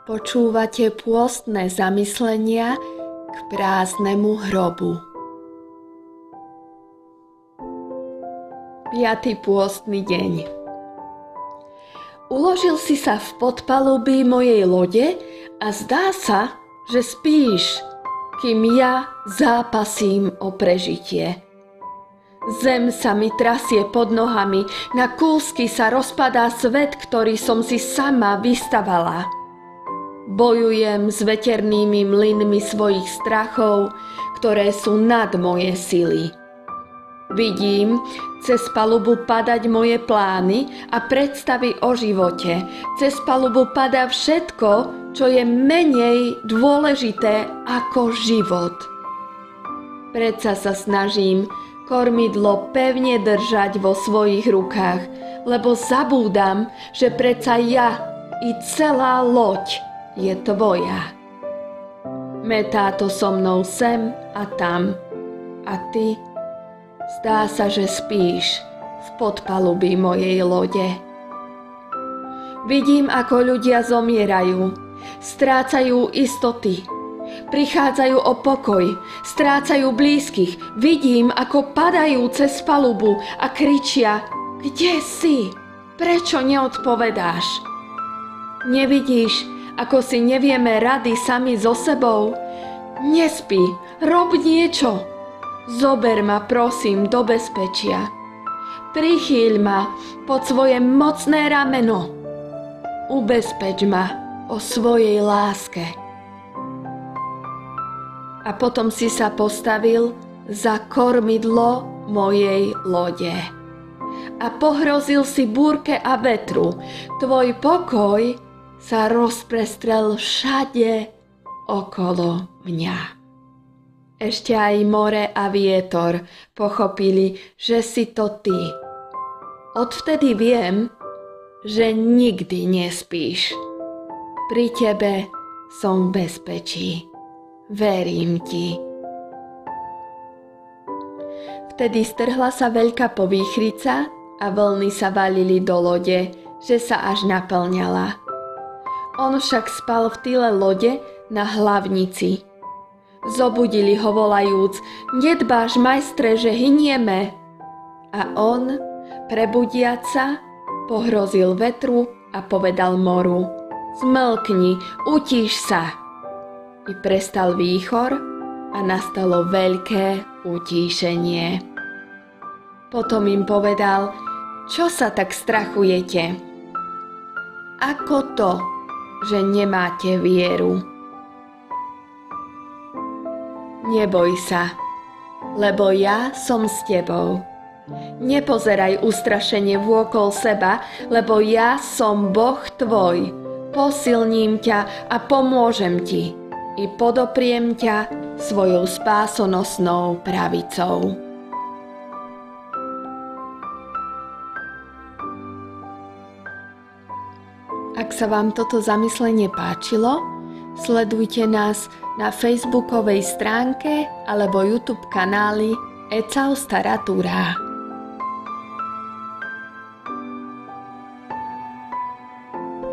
Počúvate pôstne zamyslenia k prázdnemu hrobu. 5. pôstny deň. Uložil si sa v podpalubí mojej lode a zdá sa, že spíš, kým ja zápasím o prežitie. Zem sa mi trasie pod nohami, na kúsky sa rozpadá svet, ktorý som si sama vystavala. Bojujem s veternými mlynmi svojich strachov, ktoré sú nad moje sily. Vidím cez palubu padať moje plány a predstavy o živote. Cez palubu padá všetko, čo je menej dôležité ako život. Predsa sa snažím kormidlo pevne držať vo svojich rukách, lebo zabúdam, že predsa ja i celá loď je tvoja. Metá to so mnou sem a tam. A ty, zdá sa, že spíš v podpalubí mojej lode. Vidím, ako ľudia zomierajú, strácajú istoty, prichádzajú o pokoj, strácajú blízkych. Vidím, ako padajú cez palubu a kričia: Kde si? Prečo neodpovedáš? Nevidíš, ako si nevieme rady sami so sebou? Nespí, rob niečo. Zober ma, prosím, do bezpečia. Prichýľ ma pod svoje mocné rameno. Ubezpeč ma o svojej láske. A potom si sa postavil za kormidlo mojej lode. A pohrozil si búrke a vetru. Tvoj pokoj sa rozprestrel všade okolo mňa. Ešte aj more a vietor pochopili, že si to ty. Odvtedy viem, že nikdy nespíš. Pri tebe som v bezpečí. Verím ti. Vtedy strhla sa veľká povýchrica a vlny sa valili do lode, že sa až naplňala. On však spal v tyle lode na hlavnici. Zobudili ho volajúc: Nedbáš, majstre, že hynieme? A on, prebudiac sa, pohrozil vetru a povedal moru: Zmlkni, utíš sa. I prestal výchor a nastalo veľké utíšenie. Potom im povedal: Čo sa tak strachujete? Ako to, že nemáte vieru? Neboj sa, lebo ja som s tebou. Nepozeraj ustrašene vôkol seba, lebo ja som Boh tvoj. Posilním ťa a pomôžem ti. I podopriem ťa svojou spásonosnou pravicou. Ak sa vám toto zamyslenie páčilo, sledujte nás na facebookovej stránke alebo YouTube kanáli Ecau Staratúra.